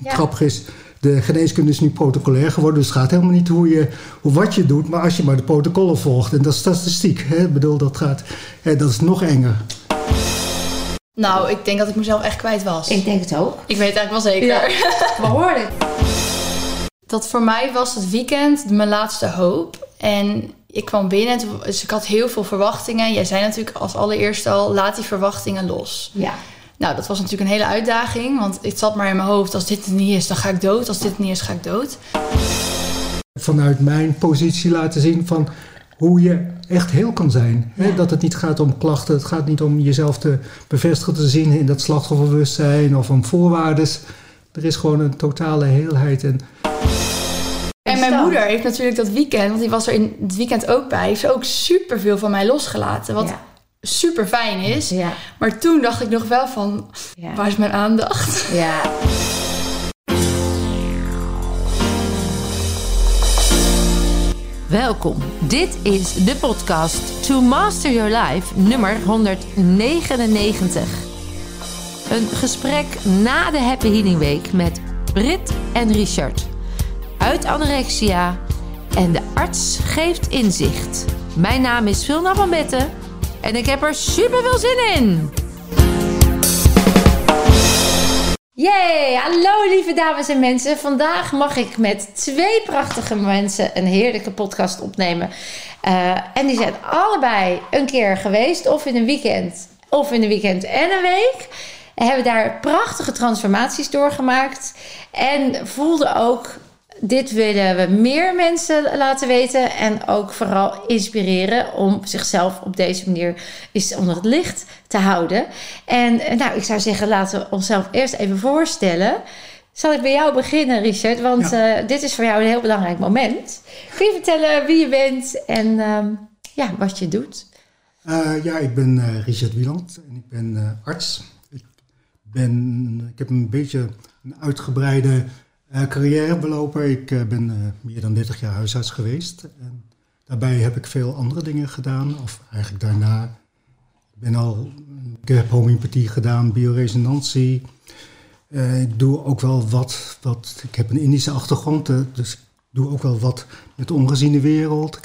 Het grappige is, de geneeskunde is nu protocolair geworden. Dus het gaat helemaal niet wat je doet, maar als je maar de protocollen volgt. En dat is statistiek. Hè? Ik bedoel, dat is nog enger. Nou, ik denk dat ik mezelf echt kwijt was. Ik denk het ook. Ik weet het eigenlijk wel zeker. Ja, behoorlijk. Dat voor mij was het weekend mijn laatste hoop. En ik kwam binnen, dus ik had heel veel verwachtingen. Jij zei natuurlijk als allereerste al, laat die verwachtingen los. Ja. Nou, dat was natuurlijk een hele uitdaging. Want het zat maar in mijn hoofd, als dit er niet is, dan ga ik dood. Als dit er niet is, ga ik dood. Vanuit mijn positie laten zien van hoe je echt heel kan zijn. Ja. Dat het niet gaat om klachten. Het gaat niet om jezelf te bevestigen te zien in dat slachtofferbewustzijn of om voorwaardes. Er is gewoon een totale heelheid. En mijn moeder heeft natuurlijk dat weekend, want die was er in het weekend ook bij, heeft ze ook superveel van mij losgelaten. Wat super fijn is. Ja. Maar toen dacht ik nog wel van, waar is mijn aandacht? Ja. Welkom. Dit is de podcast To Master Your Life, nummer 199. Een gesprek na de Happy Healing Week met Britt en Richard. Uit anorexia en de arts geeft inzicht. Mijn naam is Vilna van Betten en ik heb er super veel zin in. Yay! Hallo lieve dames en mensen. Vandaag mag ik met 2 prachtige mensen een heerlijke podcast opnemen. En die zijn allebei een keer geweest, of in een weekend en een week. Hebben daar prachtige transformaties doorgemaakt. En voelden ook, dit willen we meer mensen laten weten. En ook vooral inspireren om zichzelf op deze manier eens onder het licht te houden. En nou, ik zou zeggen, laten we onszelf eerst even voorstellen. Zal ik bij jou beginnen, Richard? Want dit is voor jou een heel belangrijk moment. Kun je vertellen wie je bent en wat je doet? Ik ben Richard Wieland en ik ben arts. Ik heb een beetje een uitgebreide carrière belopen. Ik ben meer dan 30 jaar huisarts geweest. En daarbij heb ik veel andere dingen gedaan. Of eigenlijk daarna. Ik heb homeopathie gedaan, bioresonantie. Ik doe ook wel wat. Ik heb een Indische achtergrond, dus ik doe ook wel wat met de ongeziene wereld.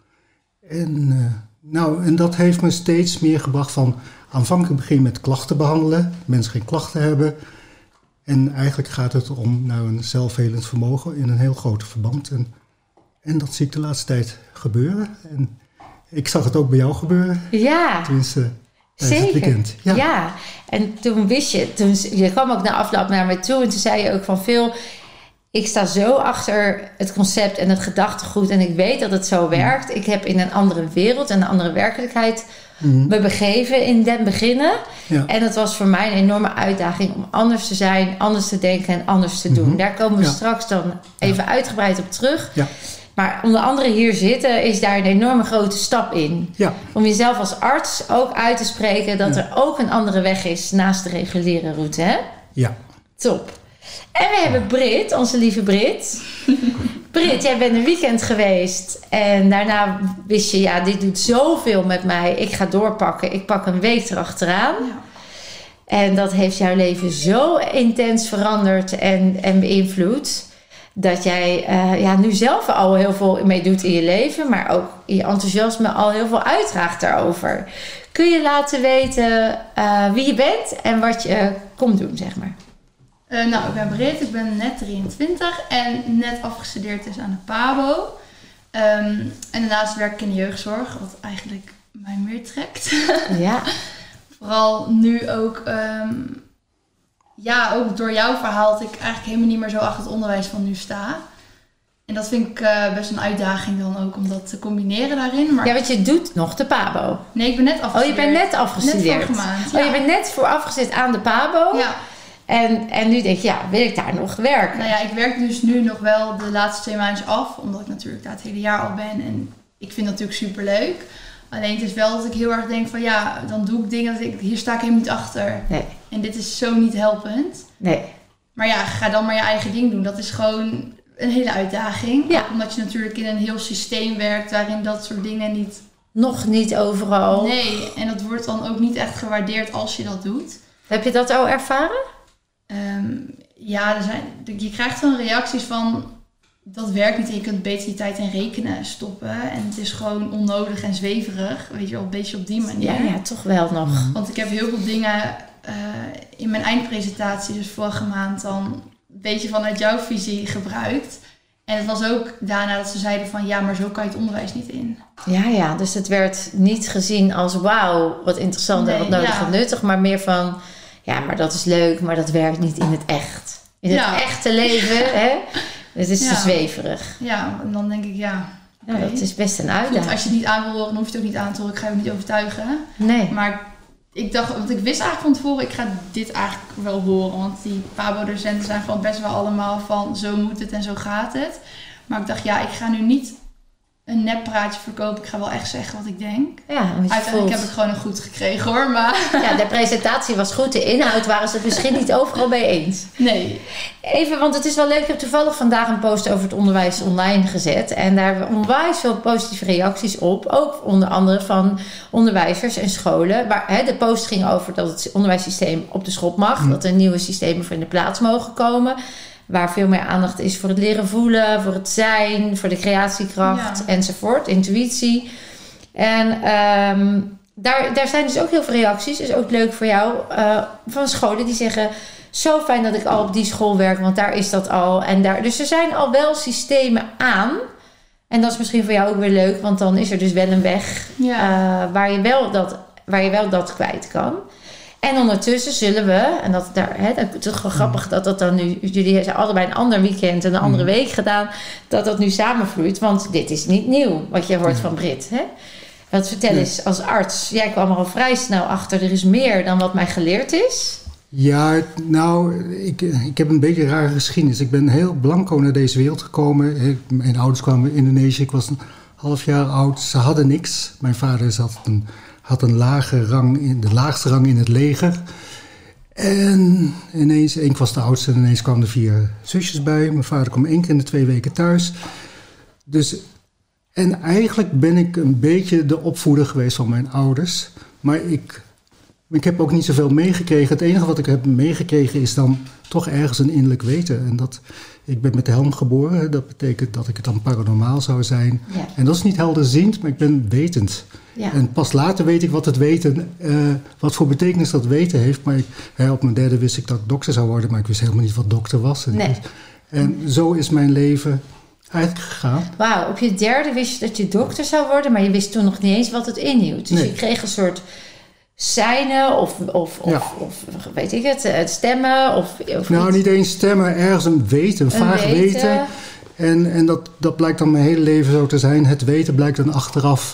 En dat heeft me steeds meer gebracht van aanvankelijk begin met klachten behandelen. Mensen geen klachten hebben. En eigenlijk gaat het om een zelfhelend vermogen in een heel groot verband. En dat zie ik de laatste tijd gebeuren. En ik zag het ook bij jou gebeuren. Ja, tenminste, zeker. Het weekend. Ja, en toen wist je kwam ook na afloop naar me toe en toen zei je ook van Phil, ik sta zo achter het concept en het gedachtegoed en ik weet dat het zo werkt. Ik heb in een andere wereld en een andere werkelijkheid me begeven in den beginnen. Ja. En het was voor mij een enorme uitdaging om anders te zijn, anders te denken en anders te doen. Daar komen we straks dan even uitgebreid op terug. Ja. Maar om de anderen hier zitten is daar een enorme grote stap in. Ja. Om jezelf als arts ook uit te spreken dat er ook een andere weg is naast de reguliere route. Hè? Ja. Top. En we hebben Britt, onze lieve Britt. Britt, jij bent een weekend geweest. En daarna wist je, dit doet zoveel met mij. Ik ga doorpakken. Ik pak een week erachteraan. Ja. En dat heeft jouw leven zo intens veranderd en beïnvloed. Dat jij nu zelf al heel veel mee doet in je leven. Maar ook in je enthousiasme al heel veel uitdraagt daarover. Kun je laten weten wie je bent en wat je komt doen, zeg maar. Ik ben Britt, ik ben net 23 en net afgestudeerd dus aan de PABO. En daarnaast werk ik in de jeugdzorg, wat eigenlijk mij meer trekt. Ja. Vooral nu ook, ook door jouw verhaal, dat ik eigenlijk helemaal niet meer zo achter het onderwijs van nu sta. En dat vind ik best een uitdaging dan ook om dat te combineren daarin. Maar... Ja, want je doet nog de PABO. Nee, ik ben net afgestudeerd. Oh, je bent net afgestudeerd. Net vorige maand, ja. Oh, je bent net voor afgezet aan de PABO. Ja. En nu denk je, wil ik daar nog werken? Nou ja, ik werk dus nu nog wel de laatste 2 maanden af. Omdat ik natuurlijk daar het hele jaar al ben. En ik vind dat natuurlijk superleuk. Alleen het is wel dat ik heel erg denk van dan doe ik dingen dat hier sta ik helemaal niet achter. Nee. En dit is zo niet helpend. Nee. Maar ga dan maar je eigen ding doen. Dat is gewoon een hele uitdaging. Ja. Ook omdat je natuurlijk in een heel systeem werkt waarin dat soort dingen niet... Nog niet overal. Nee, en dat wordt dan ook niet echt gewaardeerd als je dat doet. Heb je dat al ervaren? Ja, je krijgt dan reacties van... Dat werkt niet en je kunt beter je tijd in rekenen stoppen. En het is gewoon onnodig en zweverig. Weet je wel, een beetje op die manier. Ja, toch wel nog. Want ik heb heel veel dingen in mijn eindpresentatie, dus vorige maand, dan een beetje vanuit jouw visie gebruikt. En het was ook daarna dat ze zeiden van, ja, maar zo kan je het onderwijs niet in. Ja, dus het werd niet gezien als wauw, wat interessant en wat nodig en nuttig. Maar meer van, ja, maar dat is leuk, maar dat werkt niet in het echt. In het echte leven, hè. Het is te zweverig. Ja, en dan denk ik, ja, dat is best een uitdaging. Goed, als je het niet aan wil horen, dan hoef je het ook niet aan te horen. Ik ga je niet overtuigen. Nee. Maar ik dacht, want ik wist eigenlijk van tevoren, ik ga dit eigenlijk wel horen. Want die PABO-docenten zijn gewoon best wel allemaal van, zo moet het en zo gaat het. Maar ik dacht, ja, ik ga nu niet een neppraatje verkopen. Ik ga wel echt zeggen wat ik denk. Ja, uiteindelijk heb ik gewoon een goed gekregen hoor. Maar... Ja, de presentatie was goed. De inhoud waren ze het misschien niet overal mee eens. Nee. Even, want het is wel leuk. Ik heb toevallig vandaag een post over het onderwijs online gezet. En daar hebben we onwijs veel positieve reacties op. Ook onder andere van onderwijzers en scholen. Waar, de post ging over dat het onderwijssysteem op de schop mag. Dat er nieuwe systemen voor in de plaats mogen komen. Waar veel meer aandacht is voor het leren voelen, voor het zijn, voor de creatiekracht enzovoort, intuïtie. En daar zijn dus ook heel veel reacties. Dus ook leuk voor jou van scholen die zeggen, zo fijn dat ik al op die school werk, want daar is dat al. En dus er zijn al wel systemen aan. En dat is misschien voor jou ook weer leuk, want dan is er dus wel een weg waar je wel dat kwijt kan. En ondertussen zullen we, en het is toch wel grappig dat dan nu, jullie hebben allebei een ander weekend en een andere week gedaan, dat nu samenvloeit. Want dit is niet nieuw, wat je hoort van Brit. Hè? Wat vertel eens, als arts, jij kwam er al vrij snel achter, er is meer dan wat mij geleerd is. Ja, nou, ik heb een beetje een rare geschiedenis. Ik ben heel blanco naar deze wereld gekomen. Mijn ouders kwamen in Indonesië, ik was een half jaar oud. Ze hadden niks. Mijn vader had een lage rang, de laagste rang in het leger. En ineens, ik was de oudste en ineens kwamen er 4 zusjes bij. Mijn vader kwam 1 keer in de 2 weken thuis. Dus, en eigenlijk ben ik een beetje de opvoeder geweest van mijn ouders. Maar ik heb ook niet zoveel meegekregen. Het enige wat ik heb meegekregen is dan toch ergens een innerlijk weten. En ik ben met de helm geboren. Dat betekent dat ik het dan paranormaal zou zijn. Ja. En dat is niet helderziend, maar ik ben wetend. Ja. En pas later weet ik wat het weten, wat voor betekenis dat weten heeft. Maar op mijn 3e wist ik dat ik dokter zou worden, maar ik wist helemaal niet wat dokter was. En zo is mijn leven eigenlijk gegaan. Wauw, op je 3e wist je dat je dokter zou worden, maar je wist toen nog niet eens wat het inhield. Dus je kreeg een soort seinen of weet ik het stemmen of nou, iets. Niet eens stemmen, ergens een weten, een vaag weten. En dat blijkt dan mijn hele leven zo te zijn. Het weten blijkt dan achteraf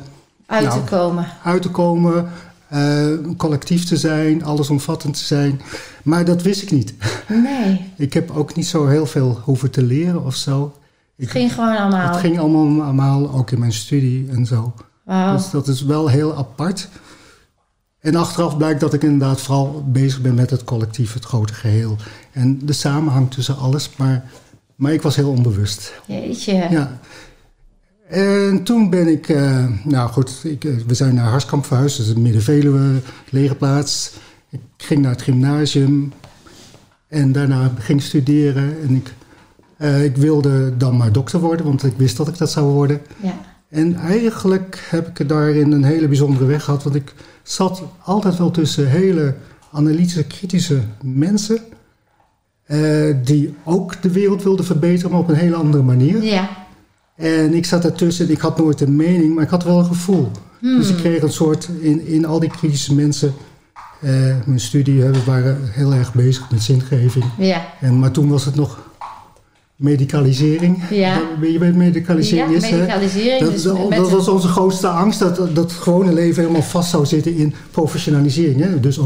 uit te komen, collectief te zijn, allesomvattend te zijn. Maar dat wist ik niet. Nee. Ik heb ook niet zo heel veel hoeven te leren of zo. Het ging gewoon allemaal. Het ging allemaal, ook in mijn studie en zo. Wow. Dus dat is wel heel apart. En achteraf blijkt dat ik inderdaad vooral bezig ben met het collectief, het grote geheel. En de samenhang tussen alles, maar ik was heel onbewust. Jeetje. Ja. En toen ben ik, we zijn naar Harskamp verhuisd, dus in Midden-Veluwe, lege plaats. Ik ging naar het gymnasium en daarna ging studeren. En ik wilde dan maar dokter worden, want ik wist dat ik dat zou worden. Ja. En eigenlijk heb ik daarin een hele bijzondere weg gehad, want ik zat altijd wel tussen hele analytische, kritische mensen die ook de wereld wilden verbeteren, maar op een hele andere manier. Ja. En ik zat daartussen, ik had nooit een mening, maar ik had wel een gevoel. Dus ik kreeg een soort, in al die kritische mensen, mijn studie, we waren heel erg bezig met zingeving. Ja. Maar toen was het nog medicalisering. Ja. Je weet medicalisering is? Medicalisering. Dat was onze grootste angst, dat het gewone leven helemaal vast zou zitten in professionalisering. Hè? Dus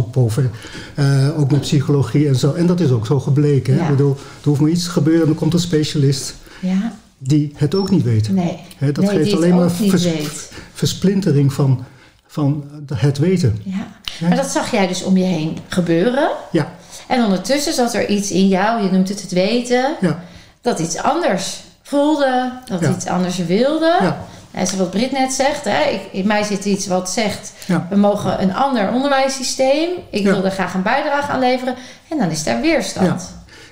ook met psychologie en zo. En dat is ook zo gebleken. Hè? Ja. Ik bedoel, er hoeft maar iets te gebeuren en dan komt een specialist die het ook niet weet. Nee. Dat geeft alleen maar versplintering van het weten. Ja. Maar dat zag jij dus om je heen gebeuren. Ja. En ondertussen zat er iets in jou, je noemt het weten, dat iets anders voelde, dat iets anders wilde. Ja. En zoals wat Brit net zegt, in mij zit iets wat zegt, we mogen een ander onderwijssysteem. Ik wil er graag een bijdrage aan leveren. En dan is daar weerstand.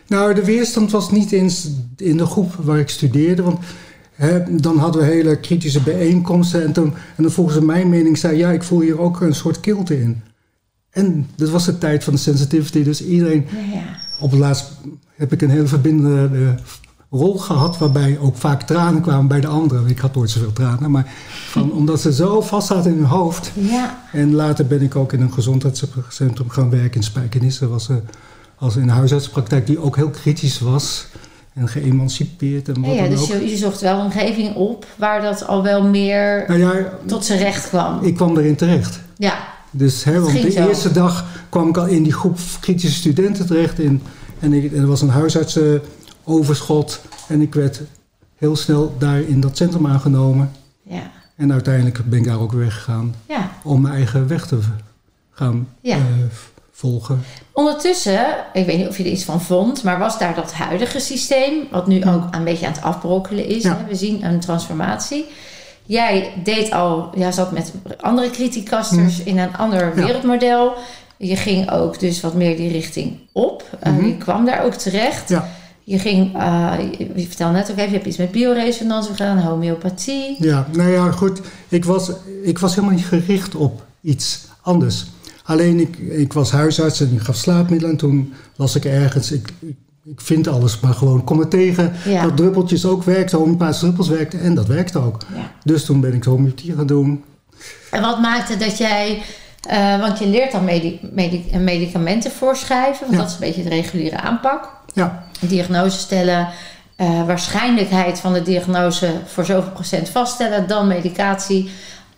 Nou, de weerstand was niet eens in de groep waar ik studeerde. Want dan hadden we hele kritische bijeenkomsten. En dan volgens mijn mening zei... ja, ik voel hier ook een soort kilte in. En dat was de tijd van de sensitivity. Dus iedereen... Ja. Op het laatst heb ik een hele verbindende rol gehad... waarbij ook vaak tranen kwamen bij de anderen. Ik had nooit zoveel tranen. Maar omdat ze zo vast zaten in hun hoofd. Ja. En later ben ik ook in een gezondheidscentrum gaan werken in Spijkenisse. Dat was als in een huisartspraktijk die ook heel kritisch was... En geëmancipeerd en wat dan dus ook. je zocht wel een omgeving op waar dat al wel meer tot zijn recht kwam. Ik kwam erin terecht. Ja. Dus want de eerste dag kwam ik al in die groep kritische studenten terecht. En er was een huisartsenoverschot. En ik werd heel snel daar in dat centrum aangenomen. Ja. En uiteindelijk ben ik daar ook weggegaan. Ja. Om mijn eigen weg te gaan volgen. Ondertussen, ik weet niet of je er iets van vond, maar was daar dat huidige systeem, wat nu ook een beetje aan het afbrokkelen is. Ja. Hè? We zien een transformatie. Jij zat met andere criticasters in een ander wereldmodel. Je ging ook dus wat meer die richting op. Je kwam daar ook terecht. Ja. Je ging, je vertelde net ook even, je hebt iets met bioresonantie gedaan, homeopathie. Ja, nou ja, goed. Ik was helemaal niet gericht op iets anders. Alleen ik was huisarts en ik gaf slaapmiddelen. En toen las ik ergens, ik vind alles maar gewoon, kom er tegen. Ja. Dat druppeltjes ook werkten, homeopathische druppels werkten. En dat werkte ook. Ja. Dus toen ben ik de homeopathie gaan doen. En wat maakte dat jij, want je leert dan medicamenten voorschrijven. Want dat is een beetje de reguliere aanpak. Ja. Diagnose stellen, waarschijnlijkheid van de diagnose voor zoveel procent vaststellen. Dan medicatie.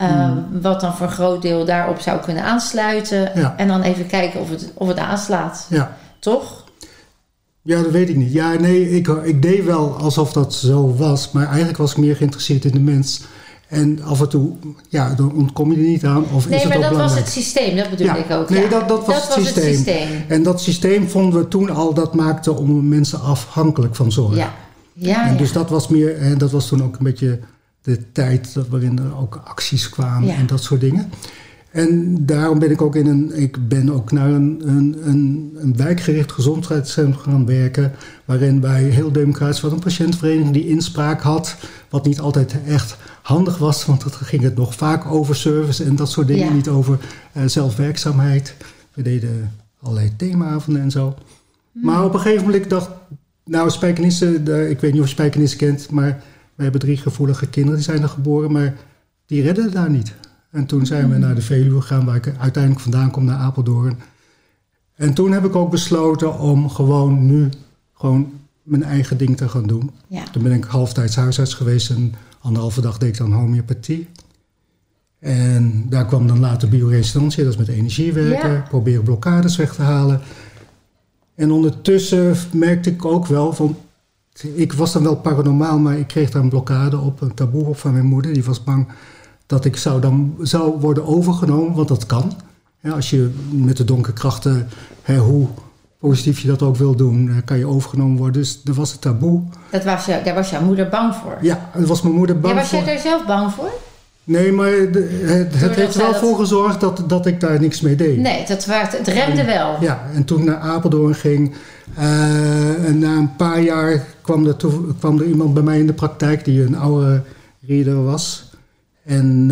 Wat dan voor een groot deel daarop zou kunnen aansluiten. Ja. En dan even kijken of het aanslaat. Ja. Toch? Ja, dat weet ik niet. Ja, nee, ik deed wel alsof dat zo was. Maar eigenlijk was ik meer geïnteresseerd in de mens. En af en toe, dan ontkom je er niet aan. Of nee, is het maar ook dat belangrijk? was het systeem. Dat bedoel ik ook. Nee, ja. dat was het systeem. En dat systeem vonden we toen al, dat maakte om mensen afhankelijk van zorg. Ja. En dus dat was meer, en dat was toen ook een beetje de tijd waarin er ook acties kwamen en dat soort dingen. En daarom ben ik ben ook naar een wijkgericht gezondheidscentrum gaan werken, waarin wij heel democratisch wat een patiëntenvereniging die inspraak had, wat niet altijd echt handig was, want dan ging het nog vaak over service en dat soort dingen, niet over zelfwerkzaamheid. We deden allerlei themaavonden en zo. Maar op een gegeven moment dacht Spijkenisse, ik weet niet of je Spijkenisse kent, maar we hebben 3 gevoelige kinderen, die zijn er geboren, maar die redden het daar niet. En toen zijn we naar de Veluwe gegaan, waar ik uiteindelijk vandaan kom, naar Apeldoorn. En toen heb ik ook besloten om gewoon mijn eigen ding te gaan doen. Ja. Toen ben ik halftijds huisarts geweest en 1,5 dag deed ik dan homeopathie. En daar kwam dan later bioresonantie, dat is met energie werken, proberen blokkades weg te halen. En ondertussen merkte ik ook wel van, ik was dan wel paranormaal, maar ik kreeg daar een blokkade op, een taboe op van mijn moeder. Die was bang dat ik zou worden overgenomen, want dat kan. Ja, als je met de donkere krachten, hoe positief je dat ook wil doen, kan je overgenomen worden. Dus er was een taboe. Daar was jouw moeder bang voor? Ja, daar was mijn moeder bang voor. Was jij daar zelf bang voor? Nee, maar het heeft er wel voor gezorgd dat ik daar niks mee deed. Nee, het remde wel. Ja, en toen ik naar Apeldoorn ging, en na een paar jaar kwam er iemand bij mij in de praktijk die een oude reader was. En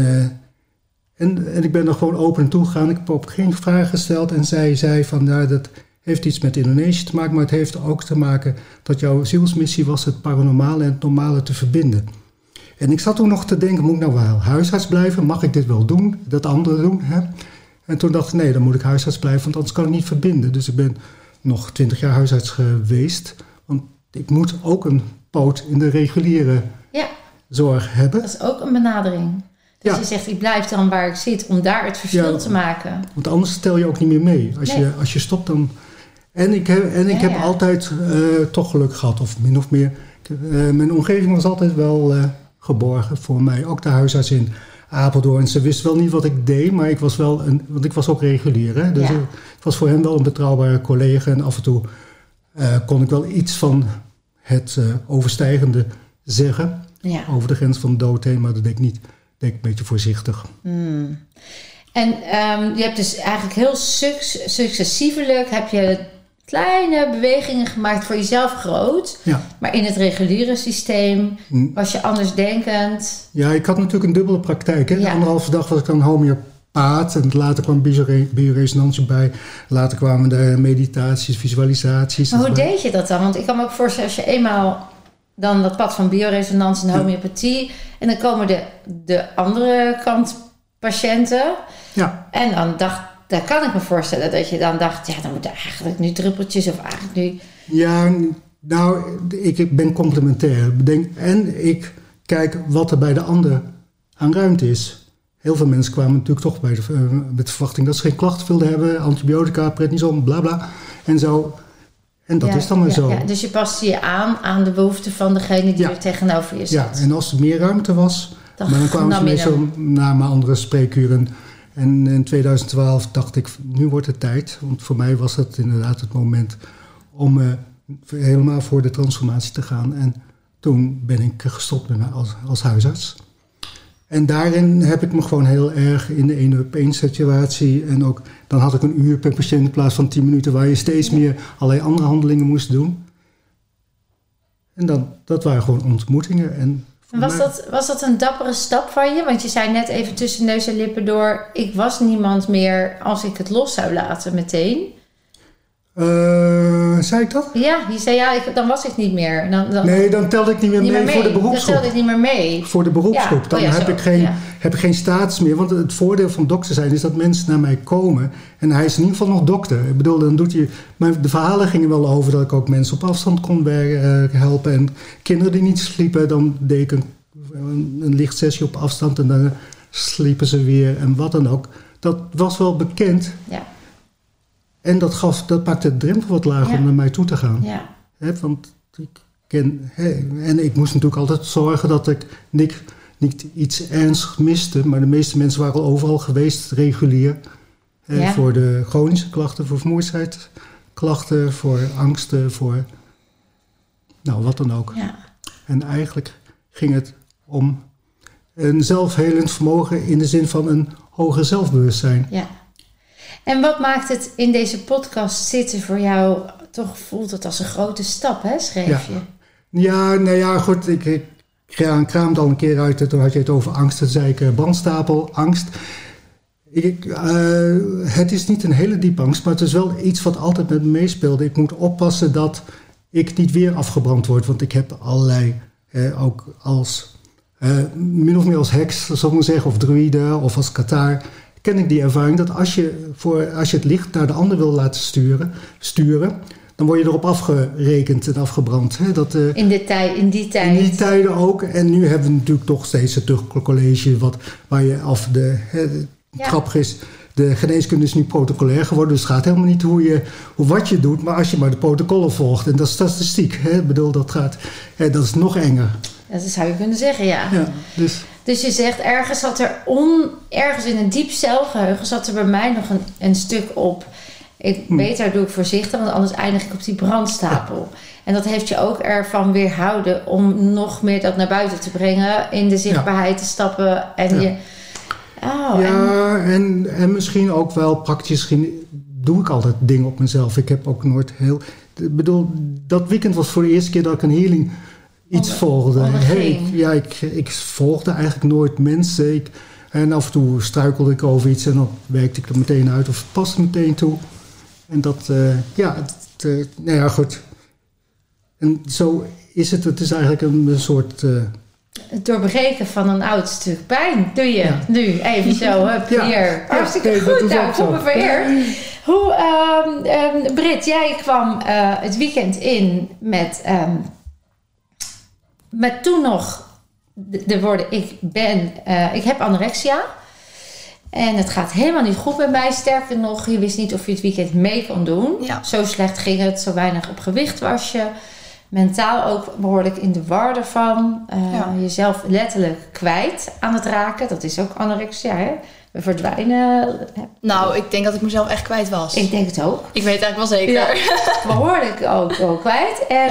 ik ben er gewoon open naartoe gegaan. Ik heb op geen vraag gesteld en zij zei van, dat heeft iets met Indonesië te maken, maar het heeft ook te maken dat jouw zielsmissie was het paranormale en het normale te verbinden. En ik zat toen nog te denken, moet ik nou wel huisarts blijven? Mag ik dit wel doen? Dat andere doen? Hè? En toen dacht ik, nee, dan moet ik huisarts blijven, want anders kan ik niet verbinden. Dus ik ben nog 20 jaar huisarts geweest. Want ik moet ook een poot in de reguliere zorg hebben. Dat is ook een benadering. Dus je zegt, ik blijf dan waar ik zit om daar het verschil te maken. Want anders stel je ook niet meer mee. Als je stopt dan... En ik heb altijd toch geluk gehad, of min of meer. Mijn omgeving was altijd wel geborgen voor mij. Ook de huisarts in Apeldoorn. Ze wist wel niet wat ik deed, maar ik was wel want ik was ook regulier. Hè? Dus ik was voor hen wel een betrouwbare collega. En af en toe kon ik wel iets van het overstijgende zeggen. Ja. Over de grens van de dood heen, maar dat deed ik niet. Dat deed ik een beetje voorzichtig. En je hebt dus eigenlijk heel successievelijk heb je kleine bewegingen gemaakt voor jezelf groot. Ja. Maar in het reguliere systeem was je anders denkend. Ja, ik had natuurlijk een dubbele praktijk. Hè? Ja. De 1,5 dag was ik dan homeopaat. En later kwam bioresonantie bij. Later kwamen de meditaties, visualisaties. Maar hoe deed je dat dan? Want ik kan me ook voorstellen, als je eenmaal dan dat pad van bioresonantie en homeopathie. En dan komen de andere kant patiënten. Ja. En dan kan ik me voorstellen dat je dan dacht, ja, dan moeten eigenlijk nu druppeltjes of eigenlijk nu. Ja, nou, ik ben complementair. En ik kijk wat er bij de ander aan ruimte is. Heel veel mensen kwamen natuurlijk toch met de verwachting dat ze geen klachten wilden hebben. Antibiotica, prednison, bla bla. En zo. En dat is dan maar zo. Ja. Dus je past je aan de behoeften van degene die er tegenover je zit. Ja, en als er meer ruimte was, dan kwamen ze meestal naar mijn andere spreekuren. En in 2012 dacht ik, nu wordt het tijd. Want voor mij was het inderdaad het moment om helemaal voor de transformatie te gaan. En toen ben ik gestopt met mij als huisarts. En daarin heb ik me gewoon heel erg in de 1-op-1 situatie. En ook, dan had ik een uur per patiënt in plaats van 10 minuten... waar je steeds meer allerlei andere handelingen moest doen. En dat waren gewoon ontmoetingen. En was dat een dappere stap van je? Want je zei net even tussen neus en lippen door... ik was niemand meer als ik het los zou laten meteen. Zei ik dat? Ja, je zei dan was ik niet meer. Nee, dan telde ik niet meer mee voor de beroepsgroep. Dan telde ik niet meer mee. Voor de beroepsgroep. Dan heb ik geen status meer. Want het voordeel van dokter zijn is dat mensen naar mij komen. En hij is in ieder geval nog dokter. Ik bedoel, dan doet hij... Maar de verhalen gingen wel over dat ik ook mensen op afstand kon helpen. En kinderen die niet sliepen, dan deed ik een lichtsessie op afstand. En dan sliepen ze weer en wat dan ook. Dat was wel bekend. Ja. En dat maakte de drempel wat lager om naar mij toe te gaan. Ja. Want en ik moest natuurlijk altijd zorgen dat ik niet iets ernstigs miste. Maar de meeste mensen waren al overal geweest, regulier. Voor de chronische klachten, voor vermoeidheidsklachten, voor angsten, voor wat dan ook. Ja. En eigenlijk ging het om een zelfhelend vermogen in de zin van een hoger zelfbewustzijn. Ja. En wat maakt het in deze podcast zitten voor jou? Toch voelt het als een grote stap, hè, schreef je? Ja, nou ja, goed. Ik kraamde al een keer uit. Toen had je het over angst. Toen zei ik brandstapel, angst. Het is niet een hele diepe angst, maar het is wel iets wat altijd met me meespeelde. Ik moet oppassen dat ik niet weer afgebrand word. Want ik heb allerlei, ook als min of meer als heks, zal ik maar zeggen, of druïde of als kataar, ken ik die ervaring dat als je het licht naar de ander wil laten sturen, dan word je erop afgerekend en afgebrand. Hè? In die tijd. In die tijden ook. En nu hebben we natuurlijk toch steeds het terugcollege waar je grappig is. De geneeskunde is nu protocolair geworden, dus het gaat helemaal niet wat je doet, maar als je maar de protocollen volgt. En dat is statistiek. Hè? Ik bedoel, dat is nog enger. Dat zou je kunnen zeggen, ja. Dus je zegt, ergens in een diep zelfgeheugen zat er bij mij nog een stuk op. Beter doe ik voorzichtig, want anders eindig ik op die brandstapel. Ja. En dat heeft je ook ervan weerhouden om nog meer dat naar buiten te brengen, in de zichtbaarheid te stappen. En en misschien ook wel praktisch doe ik altijd dingen op mezelf. Ik heb ook nooit ik bedoel, dat weekend was voor de eerste keer dat ik een healing iets volgde. Ik volgde eigenlijk nooit mensen. En af en toe struikelde ik over iets en dan werkte ik er meteen uit of het paste meteen toe. En dat, goed. En zo is het. Het is eigenlijk een soort... Het doorbreken van een oud stuk pijn doe je nu even zo. Hier. Hartstikke goed. Nou, kom me vereer. Britt, jij kwam het weekend in met toen nog de woorden ik heb anorexia. En het gaat helemaal niet goed met mij. Sterker nog, je wist niet of je het weekend mee kon doen. Ja. Zo slecht ging het, zo weinig op gewicht was je. Mentaal ook behoorlijk in de war ervan. Jezelf letterlijk kwijt aan het raken. Dat is ook anorexia, hè? We verdwijnen. Nou, ik denk dat ik mezelf echt kwijt was. Ik denk het ook. Ik weet het eigenlijk wel zeker. Ja, behoorlijk ook kwijt. En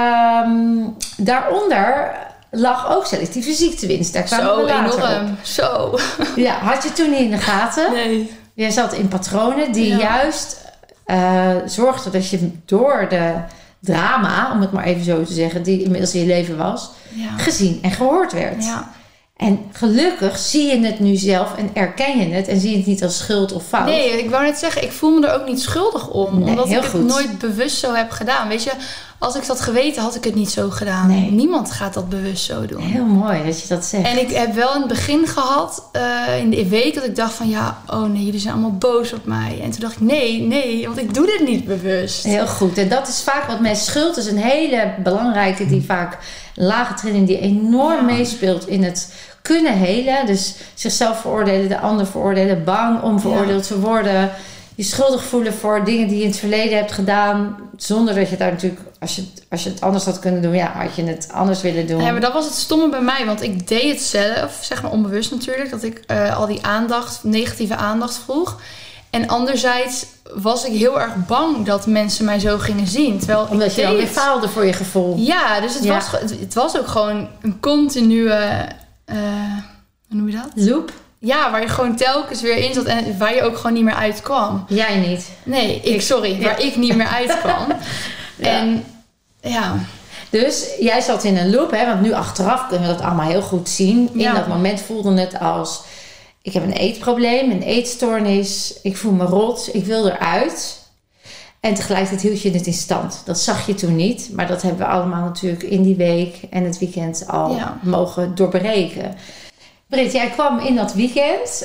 daaronder lag ook selectieve ziektewinst. Daar kwamen we later enorm. Op. Zo. Ja, had je toen niet in de gaten? Nee. Je zat in patronen die juist zorgde dat je door de drama, om het maar even zo te zeggen, die inmiddels in je leven was, gezien en gehoord werd. Ja. En gelukkig zie je het nu zelf en erken je het en zie je het niet als schuld of fout. Nee, ik wou net zeggen, ik voel me er ook niet schuldig om. Nee, omdat ik goed. het nooit bewust zo heb gedaan. Weet je, als ik dat geweten had ik het niet zo gedaan. Nee. Niemand gaat dat bewust zo doen. Heel mooi dat je dat zegt. En ik heb wel in het begin gehad, in de week, dat ik dacht van jullie zijn allemaal boos op mij. En toen dacht ik, nee, want ik doe dit niet bewust. Heel goed. En dat is vaak wat met schuld is een hele belangrijke, die vaak een lage trilling die enorm meespeelt in het kunnen helen. Dus zichzelf veroordelen, de ander veroordelen, bang om veroordeeld te worden. Je schuldig voelen voor dingen die je in het verleden hebt gedaan. Zonder dat je daar natuurlijk, als je het anders had kunnen doen, had je het anders willen doen. Ja, maar dat was het stomme bij mij. Want ik deed het zelf, zeg maar onbewust natuurlijk. Dat ik al die negatieve aandacht vroeg. En anderzijds was ik heel erg bang dat mensen mij zo gingen zien. Terwijl omdat je dan weer faalde voor je gevoel. Ja, dus het was ook gewoon een continue, hoe noem je dat? Loop. Ja, waar je gewoon telkens weer in zat en waar je ook gewoon niet meer uitkwam. Jij niet. Nee, waar ik niet meer uitkwam. En Dus jij zat in een loop, hè? Want nu achteraf kunnen we dat allemaal heel goed zien. In dat moment voelde het als, ik heb een eetprobleem, een eetstoornis. Ik voel me rot, ik wil eruit. En tegelijkertijd hield je het in stand. Dat zag je toen niet. Maar dat hebben we allemaal natuurlijk in die week en het weekend al mogen doorbreken. Britt, jij kwam in dat weekend.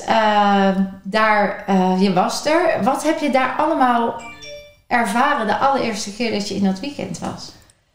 Je was er. Wat heb je daar allemaal ervaren de allereerste keer dat je in dat weekend was?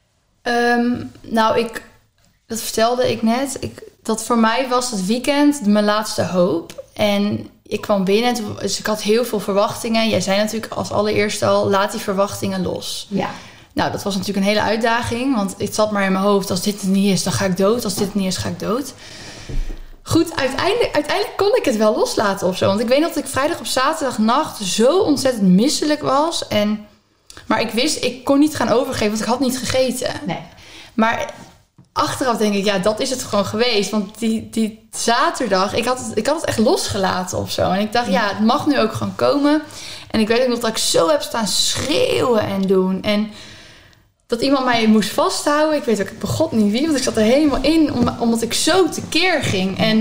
Dat vertelde ik net. Dat voor mij was het weekend mijn laatste hoop. En ik kwam binnen, dus ik had heel veel verwachtingen. Jij zei natuurlijk als allereerste al, laat die verwachtingen los. Ja. Nou, dat was natuurlijk een hele uitdaging. Want het zat maar in mijn hoofd, als dit het niet is, dan ga ik dood. Als dit het niet is, ga ik dood. Goed, uiteindelijk kon ik het wel loslaten of zo. Want ik weet nog dat ik vrijdag op zaterdagnacht zo ontzettend misselijk was. Maar ik wist, ik kon niet gaan overgeven, want ik had niet gegeten. Nee. Maar achteraf denk ik, dat is het gewoon geweest. Want die zaterdag, ik had het echt losgelaten of zo. En ik dacht, het mag nu ook gewoon komen. En ik weet ook nog dat ik zo heb staan schreeuwen en doen. En dat iemand mij moest vasthouden. Ik weet ook bij God niet wie, want ik zat er helemaal in. Omdat ik zo tekeer ging. En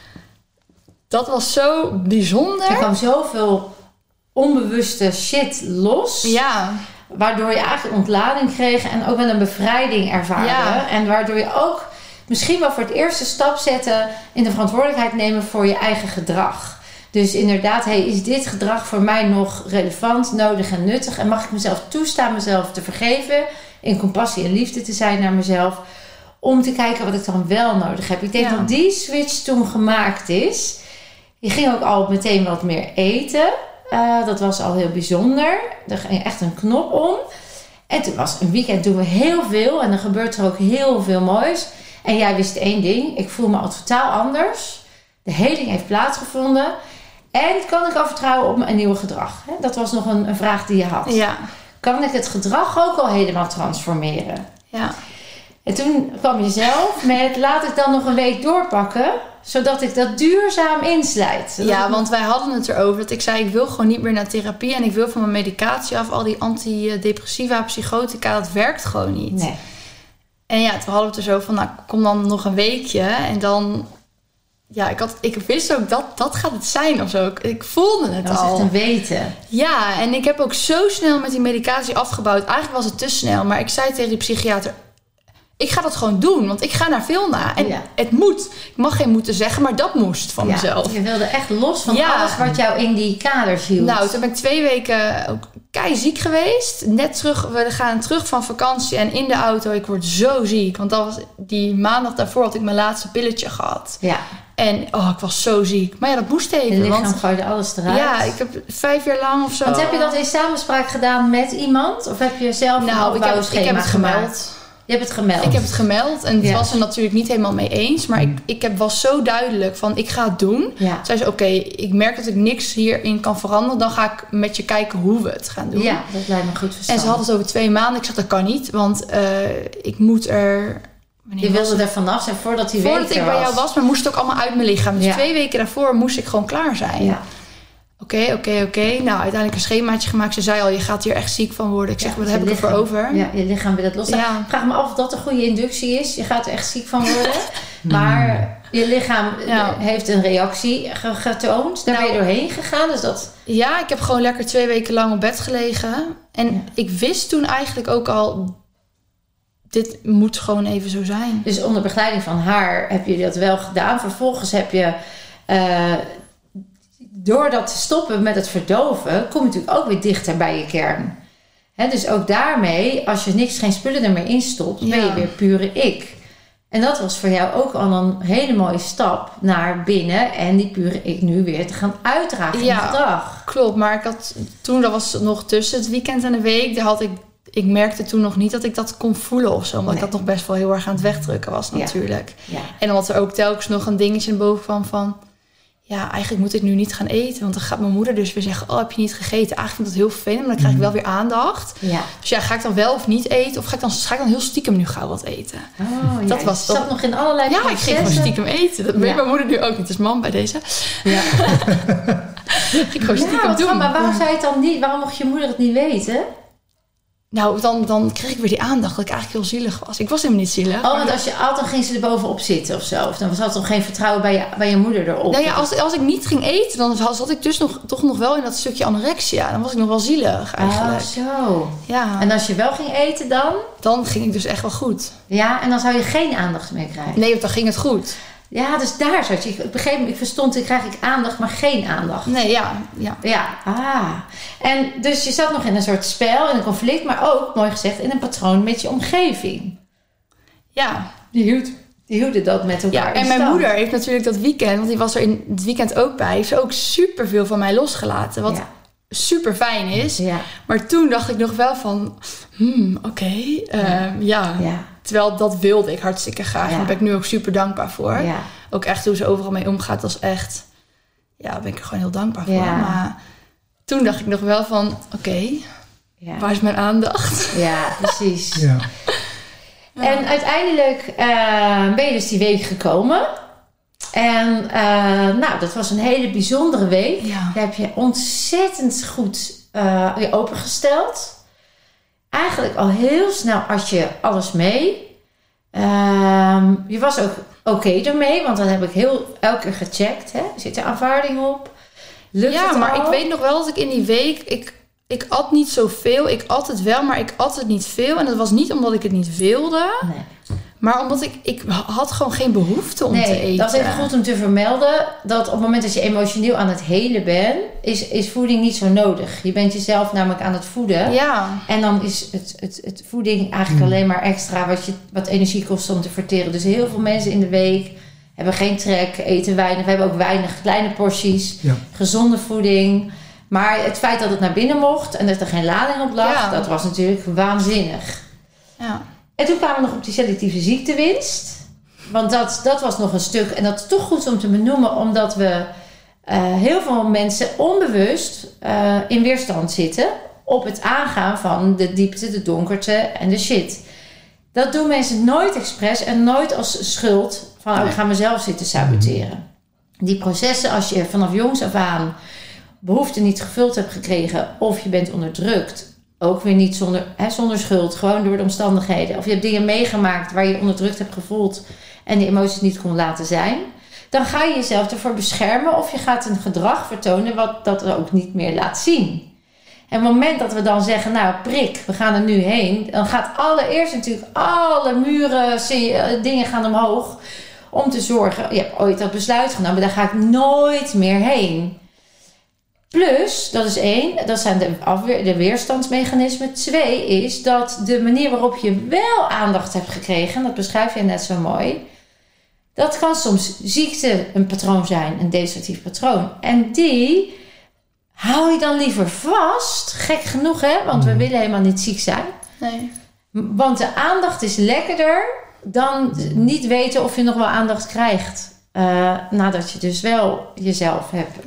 dat was zo bijzonder. Er kwam zoveel onbewuste shit los. Ja. Waardoor je eigenlijk ontlading kreeg en ook wel een bevrijding ervaarde. Ja. En waardoor je ook misschien wel voor het eerste stap zette in de verantwoordelijkheid nemen voor je eigen gedrag. Dus inderdaad, is dit gedrag voor mij nog relevant, nodig en nuttig? En mag ik mezelf toestaan mezelf te vergeven, in compassie en liefde te zijn naar mezelf, om te kijken wat ik dan wel nodig heb. Ik denk dat die switch toen gemaakt is. Je ging ook al meteen wat meer eten. Dat was al heel bijzonder. Er ging echt een knop om. En toen was een weekend, doen we heel veel. En dan gebeurt er ook heel veel moois. En jij wist één ding. Ik voel me al totaal anders. De heling heeft plaatsgevonden. En kan ik al vertrouwen op een nieuw gedrag? Dat was nog een vraag die je had. Ja. Kan ik het gedrag ook al helemaal transformeren? Ja. En toen kwam je zelf met, laat ik dan nog een week doorpakken, zodat ik dat duurzaam inslijt. Ja, want wij hadden het erover dat ik zei, ik wil gewoon niet meer naar therapie en ik wil van mijn medicatie af. Al die antidepressiva, psychotica, dat werkt gewoon niet. Nee. En toen hadden we het er zo van, kom dan nog een weekje. En dan, ik wist ook dat gaat het zijn of zo. Ik voelde het al. Dat was echt een weten. Ja, en ik heb ook zo snel met die medicatie afgebouwd. Eigenlijk was het te snel, maar ik zei tegen die psychiater, ik ga dat gewoon doen, want ik ga naar Vilna. En het moet. Ik mag geen moeten zeggen, maar dat moest van mezelf. Je wilde echt los van alles wat jou in die kaders hield. Nou, toen ben ik 2 weken ook keiziek geweest. We gaan terug van vakantie en in de auto, ik word zo ziek. Want dat was die maandag daarvoor had ik mijn laatste pilletje gehad. Ja. En ik was zo ziek. Maar dat moest even. Je lichaam gooide alles eruit. Ja, ik heb 5 jaar lang of zo. Want heb je dat in samenspraak gedaan met iemand? Of heb je zelf een opbouwschema ik heb het gemaakt? gemeld. Je hebt het gemeld? Ik heb het gemeld en het was er natuurlijk niet helemaal mee eens. Maar ik was zo duidelijk van, ik ga het doen. Ja. Zei ze, oké, ik merk dat ik niks hierin kan veranderen. Dan ga ik met je kijken hoe we het gaan doen. Ja, dat lijkt me goed verstandig. En ze hadden het over 2 maanden. Ik zeg, dat kan niet, want ik moet er... Je wilde er vanaf zijn voordat ik bij jou was, maar moest het ook allemaal uit mijn lichaam. Dus 2 weken daarvoor moest ik gewoon klaar zijn. Ja. oké. Nou, uiteindelijk een schemaatje gemaakt. Ze zei al, je gaat hier echt ziek van worden. Ik zeg, wat heb ik ervoor over? Ja, je lichaam wil het loslaten. Ja. Ik vraag me af of dat een goede inductie is. Je gaat er echt ziek van worden. Maar je lichaam heeft een reactie getoond. Daar ben je doorheen gegaan. Dus dat... Ja, ik heb gewoon lekker 2 weken lang op bed gelegen. En ik wist toen eigenlijk ook al... Dit moet gewoon even zo zijn. Dus onder begeleiding van haar heb je dat wel gedaan. Vervolgens heb je... door dat te stoppen met het verdoven... kom je natuurlijk ook weer dichter bij je kern. Dus ook daarmee, als je geen spullen er meer in stopt... ben je weer pure ik. En dat was voor jou ook al een hele mooie stap naar binnen... en die pure ik nu weer te gaan uitdragen in de dag. Klopt. Maar ik had toen, dat was nog tussen het weekend en de week... Ik merkte toen nog niet dat ik dat kon voelen of zo. Omdat ik dat nog best wel heel erg aan het wegdrukken was natuurlijk. Ja. En omdat er ook telkens nog een dingetje naar boven kwam van... Ja, eigenlijk moet ik nu niet gaan eten. Want dan gaat mijn moeder dus weer zeggen... Oh, heb je niet gegeten? Eigenlijk vind ik dat heel vervelend. Maar dan krijg ik wel weer aandacht. Ja. Dus ja, ga ik dan wel of niet eten? Of ga ik dan heel stiekem nu gauw wat eten? Oh, dat was zat nog in allerlei processen. Ja, ik ging gewoon stiekem eten. Dat weet mijn moeder nu ook niet. Dus mam bij deze. Ja. Ik gewoon stiekem doen. Maar waarom zei je het dan niet? Waarom mocht je moeder het niet weten? Nou, dan kreeg ik weer die aandacht dat ik eigenlijk heel zielig was. Ik was helemaal niet zielig. Oh, want als je at, dan ging ze er bovenop zitten of zo. Of dan was er geen vertrouwen bij je moeder erop. Nou ja, als ik niet ging eten, dan zat ik dus toch nog wel in dat stukje anorexia. Dan was ik nog wel zielig eigenlijk. Oh, zo. Ja. En als je wel ging eten dan? Dan ging ik dus echt wel goed. Ja, en dan zou je geen aandacht meer krijgen? Nee, want dan ging het goed. Ja, dus daar zat je. Op een gegeven moment, ik verstond, dan krijg ik aandacht, maar geen aandacht. Nee, ja. En dus je zat nog in een soort spel, in een conflict, maar ook, mooi gezegd, in een patroon met je omgeving. Ja. Die hielden dat met elkaar in en stand. mijn moeder heeft natuurlijk dat weekend, want die was er in het weekend ook bij, heeft ze ook superveel van mij losgelaten. Wat super fijn is. Ja. Maar toen dacht ik nog wel van, oké. Terwijl dat wilde ik hartstikke graag. En daar ben ik nu ook super dankbaar voor. Ja. Ook echt hoe ze overal mee omgaat, was echt... Ja, daar ben ik er gewoon heel dankbaar voor. Ja. Maar toen dacht ik nog wel van... Oké, waar is mijn aandacht? Ja, precies. Ja. En uiteindelijk ben je dus die week gekomen. En dat was een hele bijzondere week. Ja. Daar heb je ontzettend goed je opengesteld. Eigenlijk al heel snel had je alles mee. Je was ook oké ermee, want dan heb ik elke keer gecheckt. Hè? Zit er aanvaarding op? Lukt het maar al? Ik weet nog wel dat ik in die week... Ik at niet zoveel. Ik at het wel, maar ik at het niet veel. En dat was niet omdat ik het niet wilde. Nee. Maar omdat ik had gewoon geen behoefte om te eten. Dat is even goed om te vermelden. Dat op het moment dat je emotioneel aan het helen bent... is voeding niet zo nodig. Je bent jezelf namelijk aan het voeden. Ja. En dan is het voeding eigenlijk alleen maar extra... wat energie kost om te verteren. Dus heel veel mensen in de week hebben geen trek, eten weinig. We hebben ook weinig kleine porties. Ja. Gezonde voeding. Maar het feit dat het naar binnen mocht... en dat er geen lading op lag... dat was natuurlijk waanzinnig. Ja. En toen kwamen we nog op die selectieve ziektewinst. Want dat was nog een stuk... en dat is toch goed om te benoemen... omdat we heel veel mensen onbewust in weerstand zitten... op het aangaan van de diepte, de donkerte en de shit. Dat doen mensen nooit expres en nooit als schuld... van ik ga mezelf zitten saboteren. Die processen, als je vanaf jongs af aan... behoefte niet gevuld hebt gekregen... of je bent onderdrukt... ook weer niet zonder schuld, gewoon door de omstandigheden. Of je hebt dingen meegemaakt waar je onderdrukt hebt gevoeld... en die emoties niet kon laten zijn. Dan ga je jezelf ervoor beschermen... of je gaat een gedrag vertonen wat dat ook niet meer laat zien. En op het moment dat we dan zeggen... nou, prik, we gaan er nu heen... dan gaat allereerst natuurlijk alle muren, dingen gaan omhoog... om te zorgen, je hebt ooit dat besluit genomen... daar ga ik nooit meer heen... Plus, dat is 1, dat zijn de weerstandsmechanismen. 2 is dat de manier waarop je wel aandacht hebt gekregen... dat beschrijf je net zo mooi... dat kan soms ziekte een patroon zijn, een destructief patroon. En die hou je dan liever vast. Gek genoeg, hè? Want we willen helemaal niet ziek zijn. Nee. Want de aandacht is lekkerder dan niet weten of je nog wel aandacht krijgt. Nadat je dus wel jezelf hebt...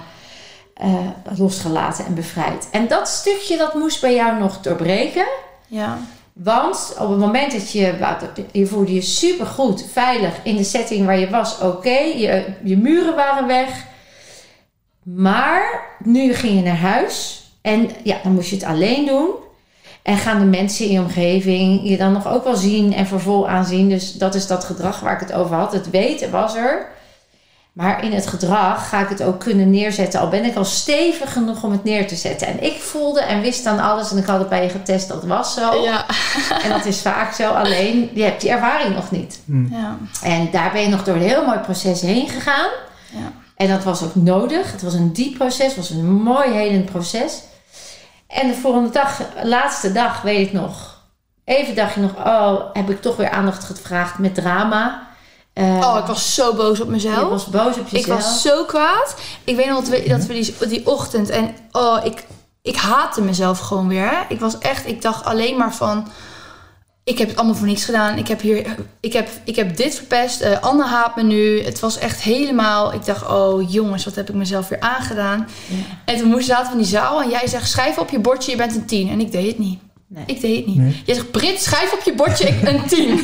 losgelaten en bevrijd. En dat stukje, dat moest bij jou nog doorbreken. Ja. Want op het moment dat je voelde je supergoed, veilig in de setting waar je was, oké. Je muren waren weg. Maar nu ging je naar huis. En ja, dan moest je het alleen doen. En gaan de mensen in je omgeving je dan nog ook wel zien en vervol aanzien. Dus dat is dat gedrag waar ik het over had. Het weten was er. Maar in het gedrag ga ik het ook kunnen neerzetten. Al ben ik al stevig genoeg om het neer te zetten. En ik voelde en wist dan alles. En ik had het bij je getest, dat was zo. Ja. En dat is vaak zo. Alleen, je hebt die ervaring nog niet. Ja. En daar ben je nog door een heel mooi proces heen gegaan. Ja. En dat was ook nodig. Het was een diep proces. Het was een mooi helend proces. En de volgende dag, laatste dag, weet ik nog. Even dacht je nog, heb ik toch weer aandacht gevraagd met drama. Ik was zo boos op mezelf. Je was boos op jezelf. Ik was zo kwaad. Ik weet nog dat we die ochtend... En ik haatte mezelf gewoon weer. Hè. Ik dacht alleen maar van... Ik heb het allemaal voor niks gedaan. Ik heb dit verpest. Anne haat me nu. Het was echt helemaal... Ik dacht, jongens, wat heb ik mezelf weer aangedaan. Ja. En toen zaten we in die zaal. En jij zegt, schrijf op je bordje, je bent een 10. En ik deed het niet. Nee. Ik deed het niet. Nee. Jij zegt, Brit, schrijf op je bordje een 10.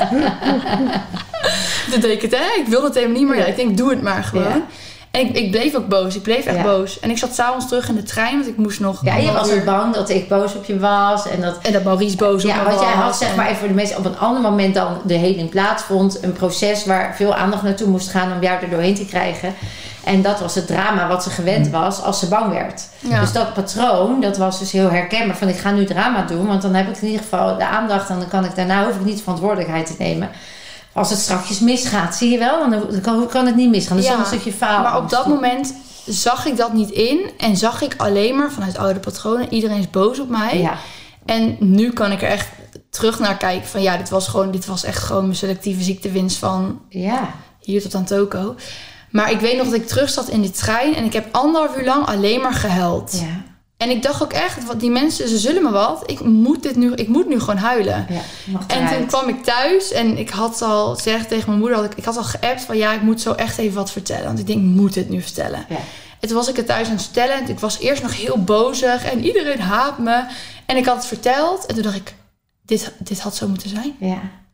Dat deed ik het, hè. Ik wilde het helemaal niet meer. Ja, ik denk, doe het maar gewoon. Ja. En ik bleef ook boos. Ik bleef echt boos. En ik zat 's avonds terug in de trein, want ik moest nog... Ja, je was ook bang dat ik boos op je was. En dat Maurice boos op me was. Ja, want jij had, zeg maar even voor de mensen, op een ander moment dan de heling plaatsvond. Een proces waar veel aandacht naartoe moest gaan om jou er doorheen te krijgen. En dat was het drama wat ze gewend was als ze bang werd. Ja. Dus dat patroon, dat was dus heel herkenbaar. Van ik ga nu drama doen, want dan heb ik in ieder geval de aandacht. En dan kan ik daarna, hoef ik niet de verantwoordelijkheid te nemen. Als het strakjes misgaat, zie je wel? Dan kan het niet misgaan. Dat is een stukje faal. Maar op dat moment zag ik dat niet in. En zag ik alleen maar vanuit oude patronen. Iedereen is boos op mij. Ja. En nu kan ik er echt terug naar kijken. Van ja, dit was echt gewoon mijn selectieve ziektewinst van hier tot aan Toko. Maar ik weet nog dat ik terug zat in die trein. En ik heb 1,5 uur lang alleen maar gehuild. Ja. En ik dacht ook echt, want die mensen, ze zullen me wat. Ik moet nu gewoon huilen. Ja, en toen kwam ik thuis en ik had al gezegd tegen mijn moeder, ik had al geappt van ik moet zo echt even wat vertellen. Want ik denk, ik moet het nu vertellen. Ja. En toen was ik het thuis aan het vertellen. En ik was eerst nog heel bozig en iedereen haat me. En ik had het verteld en toen dacht ik, dit had zo moeten zijn. Ja.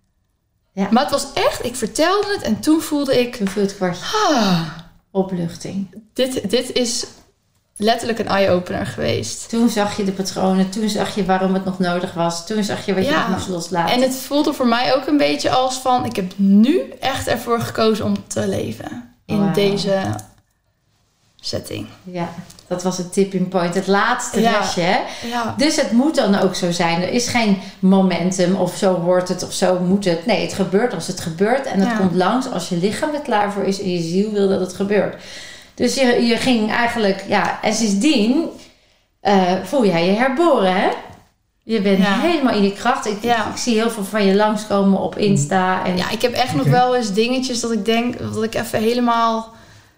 Ja. Maar het was echt, ik vertelde het en toen voelde ik... Toen viel het kwartje. Opluchting. Dit is letterlijk een eye-opener geweest. Toen zag je de patronen, toen zag je waarom het nog nodig was. Toen zag je wat je nog moest loslaten. En het voelde voor mij ook een beetje als van... Ik heb nu echt ervoor gekozen om te leven. In deze setting. Ja, dat was het tipping point. Het laatste restje, hè? Ja. Dus het moet dan ook zo zijn. Er is geen momentum of zo hoort het of zo moet het. Nee, het gebeurt als het gebeurt. En het komt langs als je lichaam er klaar voor is en je ziel wil dat het gebeurt. Dus je ging eigenlijk... Ja, en sindsdien voel jij je herboren, hè? Je bent helemaal in je kracht. Ik zie heel veel van je langskomen op Insta. En... Ja, ik heb echt nog wel eens dingetjes dat ik denk... Dat ik even helemaal...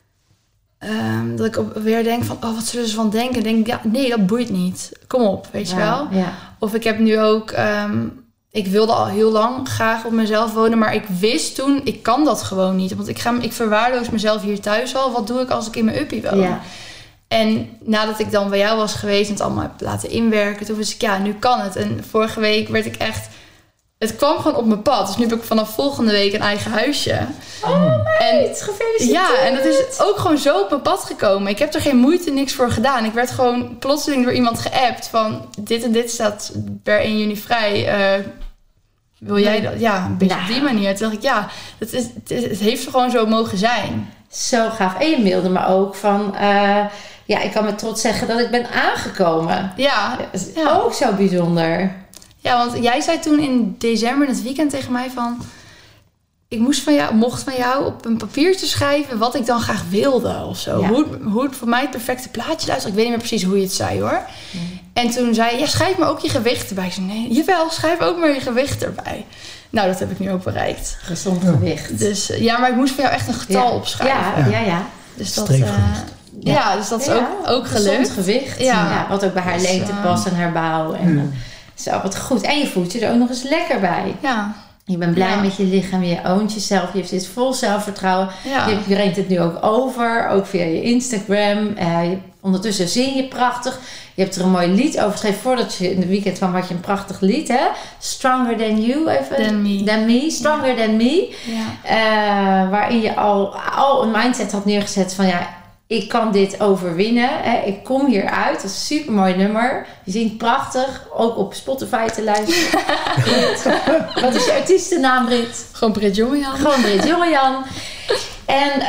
dat ik weer denk van... wat zullen ze van denken? Denk ik, nee, dat boeit niet. Kom op, weet je wel? Ja. Of ik heb nu ook... ik wilde al heel lang graag op mezelf wonen... maar ik wist toen, ik kan dat gewoon niet. Want ik verwaarloos mezelf hier thuis al. Wat doe ik als ik in mijn uppie woon? Ja. En nadat ik dan bij jou was geweest... en het allemaal heb laten inwerken... toen wist ik, nu kan het. En vorige week werd ik echt... Het kwam gewoon op mijn pad. Dus nu heb ik vanaf volgende week een eigen huisje. Oh, meid, gefeliciteerd. Ja, en dat is ook gewoon zo op mijn pad gekomen. Ik heb er geen moeite, niks voor gedaan. Ik werd gewoon plotseling door iemand geappt van... dit en dit staat per 1 juni vrij. Wil jij dat? Ja, een beetje op die manier. Toen dacht ik, het heeft gewoon zo mogen zijn. Zo gaaf. En je mailde me ook van... ik kan met trots zeggen dat ik ben aangekomen. Ja. Dat is ook zo bijzonder. Ja, want jij zei toen in december in het weekend tegen mij van... Ik mocht van jou op een papiertje schrijven wat ik dan graag wilde of zo. Ja. Hoe het voor mij het perfecte plaatje luistert. Ik weet niet meer precies hoe je het zei hoor. Nee. En toen zei je, schrijf me ook je gewicht erbij. Ik zei, nee, jawel, schrijf ook maar je gewicht erbij. Nou, dat heb ik nu ook bereikt. Gezond gewicht. Dus maar ik moest van jou echt een getal opschrijven. Ja. Dus dat... dus dat is ook gelukt. Gezond gewicht. Ja. Wat ook bij haar lengte past en haar bouw. En, zo, wat goed. En je voelt je er ook nog eens lekker bij. Ja. Je bent blij met je lichaam. Je oont jezelf. Je zit vol zelfvertrouwen. Ja. Je brengt het nu ook over. Ook via je Instagram. Ondertussen zing je prachtig. Je hebt er een mooi lied over geschreven. Voordat je in de weekend kwam had je een prachtig lied. Hè? Stronger Than You. Than Me. Stronger Than Me. Ja. Waarin je al een mindset had neergezet van... ik kan dit overwinnen. Hè. Ik kom hieruit. Dat is een supermooi nummer. Je zingt prachtig. Ook op Spotify te luisteren. Wat is je artiestennaam, Brit? Gewoon Brit Jongejan. Gewoon Brit Jongejan. En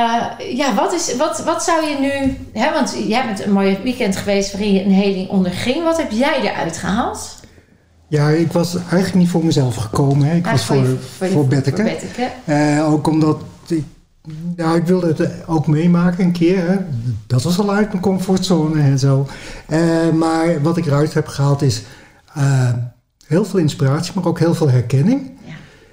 wat zou je nu... Hè, want jij bent een mooi weekend geweest waarin je een heling onderging. Wat heb jij eruit gehaald? Ja, ik was eigenlijk niet voor mezelf gekomen. Hè. Ik was voor Betteke. Ook omdat ik wilde het ook meemaken een keer. Hè. Dat was al uit mijn comfortzone en zo. Maar wat ik eruit heb gehaald is heel veel inspiratie, maar ook heel veel herkenning. Ja.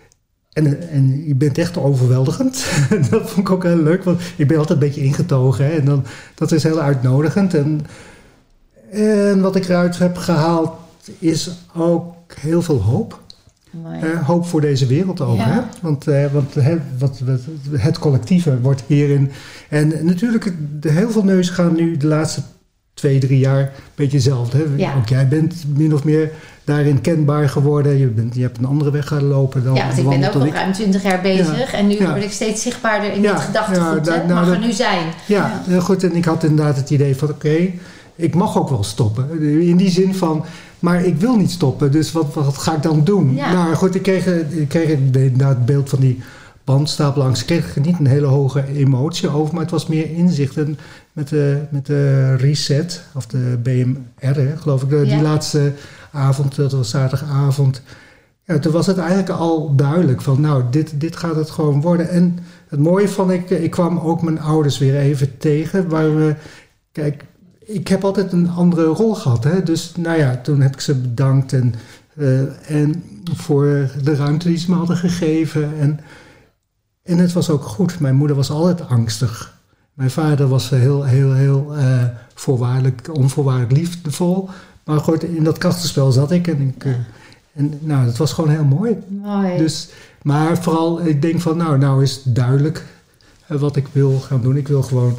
En je bent echt overweldigend. Dat vond ik ook heel leuk, want ik ben altijd een beetje ingetogen. Hè. En dat is heel uitnodigend. En wat ik eruit heb gehaald is ook heel veel hoop. Hoop voor deze wereld ook. Ja. Hè? Want het collectieve wordt hierin... En natuurlijk, heel veel neuzen gaan nu de laatste 2-3 jaar een beetje hetzelfde. Hè? Ja. Ook jij bent min of meer daarin kenbaar geworden. Je hebt een andere weg gaan lopen. Dan want ik ben ook al ruim 20 jaar bezig. Ja. En nu word ik steeds zichtbaarder in dit gedachtegoed. Het mag er nu zijn. Ja, goed. En ik had inderdaad het idee van oké, ik mag ook wel stoppen. In die zin van... Maar ik wil niet stoppen, dus wat ga ik dan doen? Ja. Nou goed, ik kreeg inderdaad het beeld van die bandstapel langs. Ik kreeg er niet een hele hoge emotie over, maar het was meer inzicht. En met de reset, of de BMR, geloof ik, die laatste avond, dat was zaterdagavond. Ja, toen was het eigenlijk al duidelijk van, nou, dit gaat het gewoon worden. En het mooie van, ik kwam ook mijn ouders weer even tegen, waar we, kijk... Ik heb altijd een andere rol gehad. Hè? Dus nou ja, toen heb ik ze bedankt. En voor de ruimte die ze me hadden gegeven. En het was ook goed. Mijn moeder was altijd angstig. Mijn vader was heel onvoorwaardelijk liefdevol. Maar goed, in dat krachtenspel zat ik. En dat was gewoon heel mooi. Mooi. Dus, maar vooral, ik denk van nou is het duidelijk wat ik wil gaan doen. Ik wil gewoon...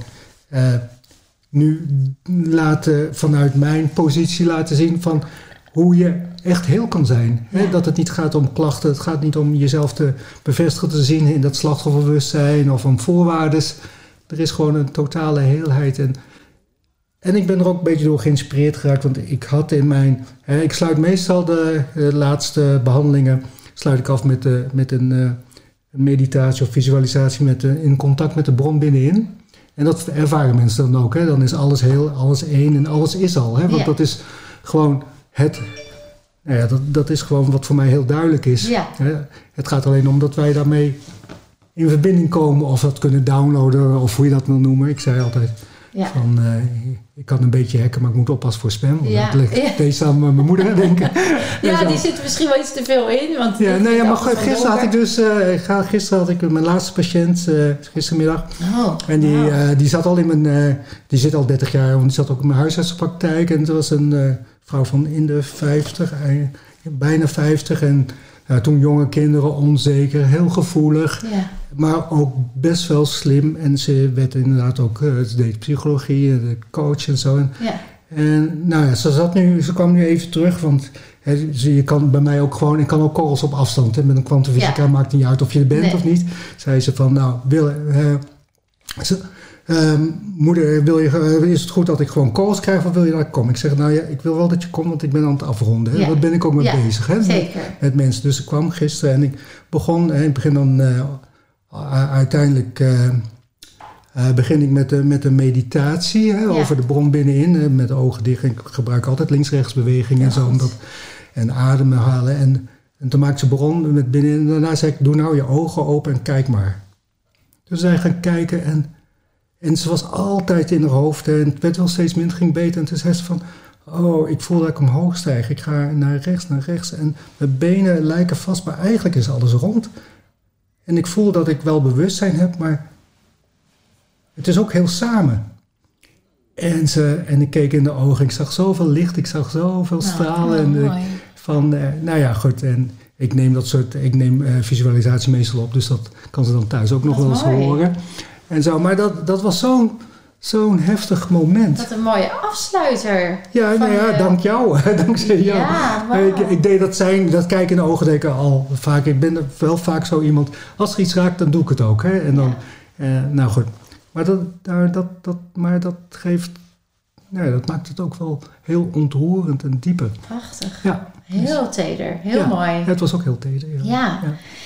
nu vanuit mijn positie laten zien van hoe je echt heel kan zijn. Ja. Hè? Dat het niet gaat om klachten, het gaat niet om jezelf te bevestigen te zien in dat slachtofferbewustzijn of om voorwaardes. Er is gewoon een totale heelheid. En ik ben er ook een beetje door geïnspireerd geraakt, want ik had ik sluit meestal de laatste behandelingen sluit ik af met een meditatie of visualisatie in contact met de bron binnenin. En dat ervaren mensen dan ook. Hè? Dan is alles heel, alles één en alles is al. Hè? Want dat is gewoon dat is gewoon wat voor mij heel duidelijk is. Ja. Hè? Het gaat alleen om dat wij daarmee in verbinding komen of dat kunnen downloaden of hoe je dat wil noemen. Ik zei altijd van, ik kan een beetje hacken, maar ik moet oppassen voor spam. Dat ligt deze aan mijn moeder denken. Die zit misschien wel iets te veel in. Want maar gisteren had ik mijn laatste patiënt, gistermiddag. Oh, en die zat al die zit al 30 jaar, want die zat ook in mijn huisartsenpraktijk. En het was een vrouw van in de 50, bijna 50. En toen jonge kinderen, onzeker, heel gevoelig. Ja. Maar ook best wel slim. En ze werd inderdaad ook, ze deed psychologie, de coach en zo. En ze kwam nu even terug, want je kan bij mij ook gewoon, ik kan ook korrels op afstand. Hè, met een kwantumfysica maakt niet uit of je er bent of niet. Zei ze van, moeder, is het goed dat ik gewoon calls krijg of wil je dat ik kom? Ik zeg, ik wil wel dat je komt, want ik ben aan het afronden. Hè? Daar ben ik ook mee bezig. Hè? Met mensen. Dus ik kwam gisteren en ik begon, in het begin dan uiteindelijk begin ik met een meditatie over de bron binnenin. Met de ogen dicht. Ik gebruik altijd links-rechts bewegingen en zo. En ademen halen. En toen maakte ze bron met binnenin. En daarna zei ik, doe nou je ogen open en kijk maar. Dus zij gaan kijken en ze was altijd in haar hoofd. En het werd wel steeds minder, ging beter. En toen zei ze van, ik voel dat ik omhoog stijg. Ik ga naar rechts. En mijn benen lijken vast, maar eigenlijk is alles rond. En ik voel dat ik wel bewustzijn heb, maar het is ook heel samen. En ik keek in de ogen. Ik zag zoveel licht. Ik zag zoveel stralen. Goed. En ik neem visualisatie meestal op. Dus dat kan ze dan thuis ook nog wel eens horen. En zo, maar dat was zo'n heftig moment. Wat een mooie afsluiter. Dank jou. Dankzij jou. Ja, wow. Ik deed dat kijken in de ogen denk ik al vaak. Ik ben wel vaak zo iemand, als er iets raakt, dan doe ik het ook. Hè? En dan, goed. Maar dat geeft... Nee, dat maakt het ook wel heel ontroerend en dieper. Prachtig. Ja. Heel teder. Heel mooi. Ja, het was ook heel teder. Ja.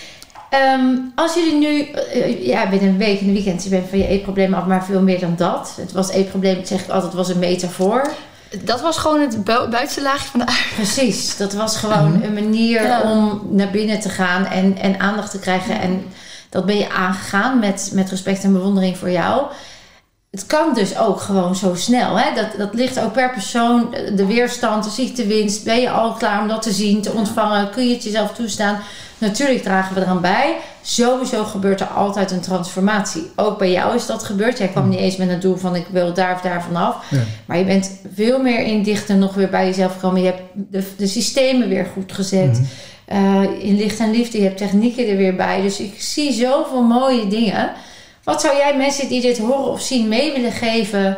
Als jullie nu... binnen een week in de weekend... je bent van je eetprobleem af, maar veel meer dan dat. Het was eetprobleem, dat zeg ik altijd, was een metafoor. Dat was gewoon het buitenste laagje van de aarde. Precies. Dat was gewoon een manier om naar binnen te gaan en aandacht te krijgen. En dat ben je aangegaan met respect en bewondering voor jou. Het kan dus ook gewoon zo snel. Hè? Dat ligt ook per persoon. De weerstand, de ziektewinst. Ben je al klaar om dat te zien, te ontvangen? Kun je het jezelf toestaan? Natuurlijk dragen we eraan bij. Sowieso gebeurt er altijd een transformatie. Ook bij jou is dat gebeurd. Jij kwam niet eens met het doel van ik wil daar of daar vanaf. Ja. Maar je bent veel meer in dichter nog weer bij jezelf gekomen. Je hebt de systemen weer goed gezet. In licht en liefde. Je hebt technieken er weer bij. Dus ik zie zoveel mooie dingen. Wat zou jij mensen die dit horen of zien mee willen geven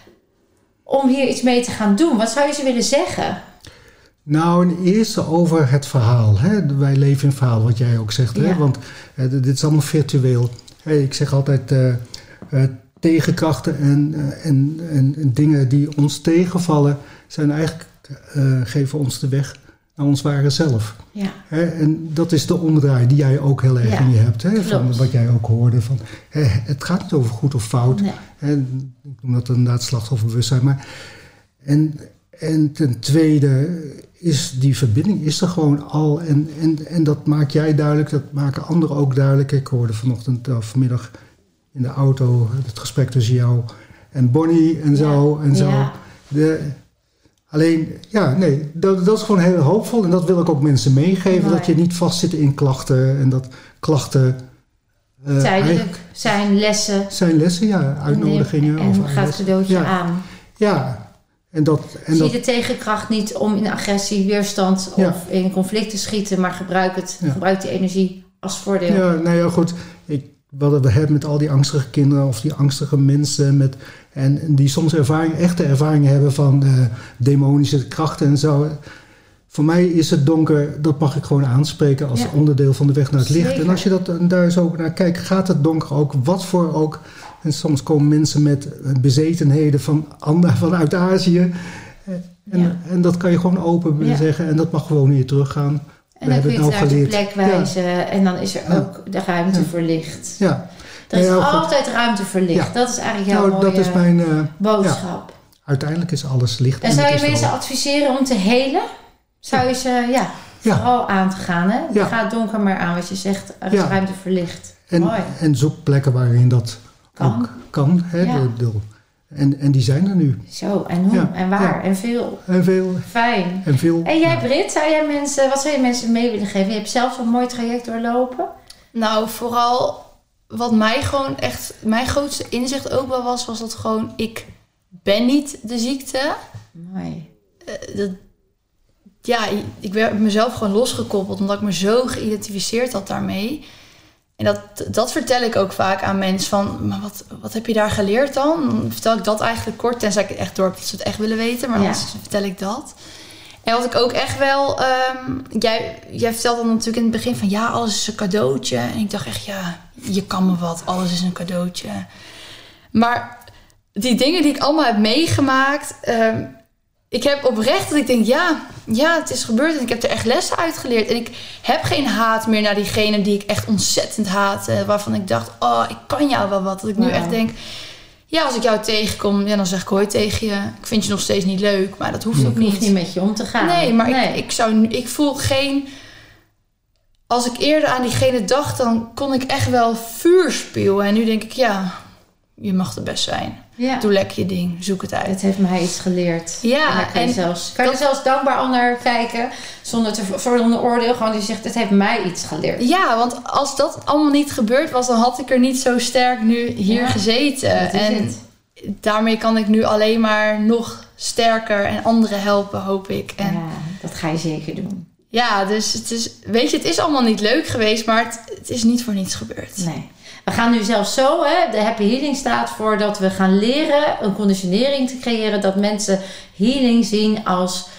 om hier iets mee te gaan doen? Wat zou je ze willen zeggen? Nou, een eerste over het verhaal. Hè? Wij leven in verhaal, wat jij ook zegt. Hè? Want dit is allemaal virtueel. Ik zeg altijd tegenkrachten en dingen die ons tegenvallen zijn eigenlijk geven ons de weg naar ons ware zelf. Ja. En dat is de omdraai die jij ook heel erg in je hebt. Hè? Van wat jij ook hoorde. Van, het gaat niet over goed of fout. Nee. Ik noem dat inderdaad slachtofferbewustzijn. Maar, en ten tweede is die verbinding is er gewoon al. En dat maak jij duidelijk. Dat maken anderen ook duidelijk. Ik hoorde vanochtend of vanmiddag in de auto het gesprek tussen jou en Bonnie en zo. En zo. Alleen, dat is gewoon heel hoopvol. En dat wil ik ook mensen meegeven. Mooi. Dat je niet vastzit in klachten. En dat klachten... tijdelijk zijn lessen. Zijn lessen, uitnodigingen. En gaat het cadeautje aan. Ja. Zie je de tegenkracht niet om in agressie, weerstand of in conflict te schieten. Maar gebruik die energie als voordeel. Ja, goed. Wat we hebben met al die angstige kinderen of die angstige mensen en die soms echte ervaringen hebben van demonische krachten en zo. Voor mij is het donker, dat mag ik gewoon aanspreken als onderdeel van de weg naar het licht. Zeker. En als je daar zo naar kijkt, gaat het donker ook, wat voor ook. En soms komen mensen met bezetenheden vanuit Azië. En dat kan je gewoon open zeggen en dat mag gewoon weer teruggaan. En dan kun je het naar de plek wijzen. En dan is er ook de ruimte voor licht. Ja. Er is altijd ruimte voor licht. Ja. Dat is eigenlijk jouw mooie dat is mijn boodschap. Uiteindelijk is alles licht. En zou je mensen adviseren om te helen? Zou je ze vooral aan te gaan? Hè? Je gaat donker maar aan wat je zegt. Er is ruimte voor licht. En zoek plekken waarin dat ook kan. Hè? Ja. En die zijn er nu. Zo, en hoe en waar en veel. En veel. Fijn. En veel. En jij Britt, wat zou je mensen mee willen geven? Je hebt zelf zo'n mooi traject doorlopen. Nou, vooral wat mij gewoon echt... Mijn grootste inzicht ook wel was dat gewoon... Ik ben niet de ziekte. Mooi. Ik werd mezelf gewoon losgekoppeld... omdat ik me zo geïdentificeerd had daarmee... En dat vertel ik ook vaak aan mensen van... Maar wat heb je daar geleerd dan? Dan vertel ik dat eigenlijk kort. Tenzij ik het echt door heb dat ze het echt willen weten. Maar anders vertel ik dat. En wat ik ook echt wel... Jij vertelde dan natuurlijk in het begin van... Ja, alles is een cadeautje. En ik dacht echt, je kan me wat. Alles is een cadeautje. Maar die dingen die ik allemaal heb meegemaakt... ik heb oprecht dat ik denk, het is gebeurd en ik heb er echt lessen uit geleerd. En ik heb geen haat meer naar diegene die ik echt ontzettend haatte. Waarvan ik dacht, ik kan jou wel wat. Dat ik nu echt denk, als ik jou tegenkom, dan zeg ik hoi tegen je. Ik vind je nog steeds niet leuk, maar dat hoeft ook niet. Ik hoef niet met je om te gaan. Nee, maar ik voel geen... Als ik eerder aan diegene dacht, dan kon ik echt wel vuur spuwen. En nu denk ik, je mag er best zijn. Ja. Doe lekker je ding, zoek het uit. Het heeft mij iets geleerd. Ja, en kan je er zelfs dankbaar naar kijken, zonder oordeel. Gewoon die zegt, het heeft mij iets geleerd. Ja, want als dat allemaal niet gebeurd was, dan had ik er niet zo sterk nu hier gezeten. En daarmee kan ik nu alleen maar nog sterker en anderen helpen, hoop ik. En dat ga je zeker doen. Ja, dus het is allemaal niet leuk geweest, maar het is niet voor niets gebeurd. Nee. We gaan nu zelfs zo, de Happy Healing staat voor dat we gaan leren een conditionering te creëren. Dat mensen healing zien als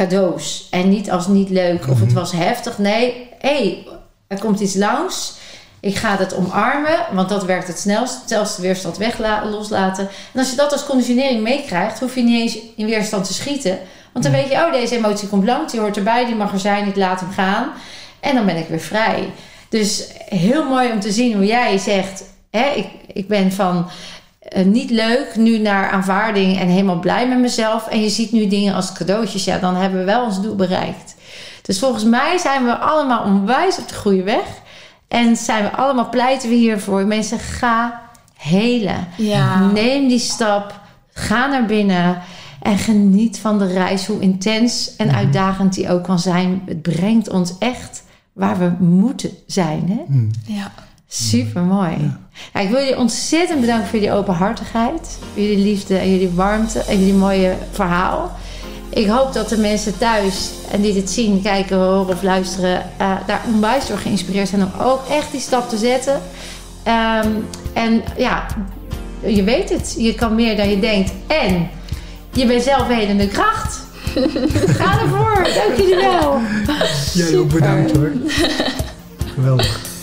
cadeaus. En niet als niet leuk of het was heftig. Nee, er komt iets langs. Ik ga het omarmen, want dat werkt het snelst. Zelfs de weerstand loslaten. En als je dat als conditionering meekrijgt, hoef je niet eens in weerstand te schieten. Want dan weet je, deze emotie komt langs, die hoort erbij, die mag er zijn, ik laat hem gaan. En dan ben ik weer vrij. Dus heel mooi om te zien hoe jij zegt, ik ben van niet leuk nu naar aanvaarding en helemaal blij met mezelf. En je ziet nu dingen als cadeautjes, dan hebben we wel ons doel bereikt. Dus volgens mij zijn we allemaal onwijs op de goede weg. En pleiten we hiervoor. Mensen, ga helen. Ja. Neem die stap. Ga naar binnen. En geniet van de reis. Hoe intens en uitdagend die ook kan zijn. Het brengt ons echt waar we moeten zijn. Hè? Ja. Super mooi. Ja, ik wil jullie ontzettend bedanken voor jullie openhartigheid. Jullie liefde en jullie warmte. En jullie mooie verhaal. Ik hoop dat de mensen thuis en die dit zien, kijken, horen of luisteren, daar onwijs door geïnspireerd zijn om ook echt die stap te zetten. En ja, je weet het. Je kan meer dan je denkt. En je bent zelf helende kracht. Ga ervoor. Dank jullie wel. Jij ook bedankt hoor. Geweldig.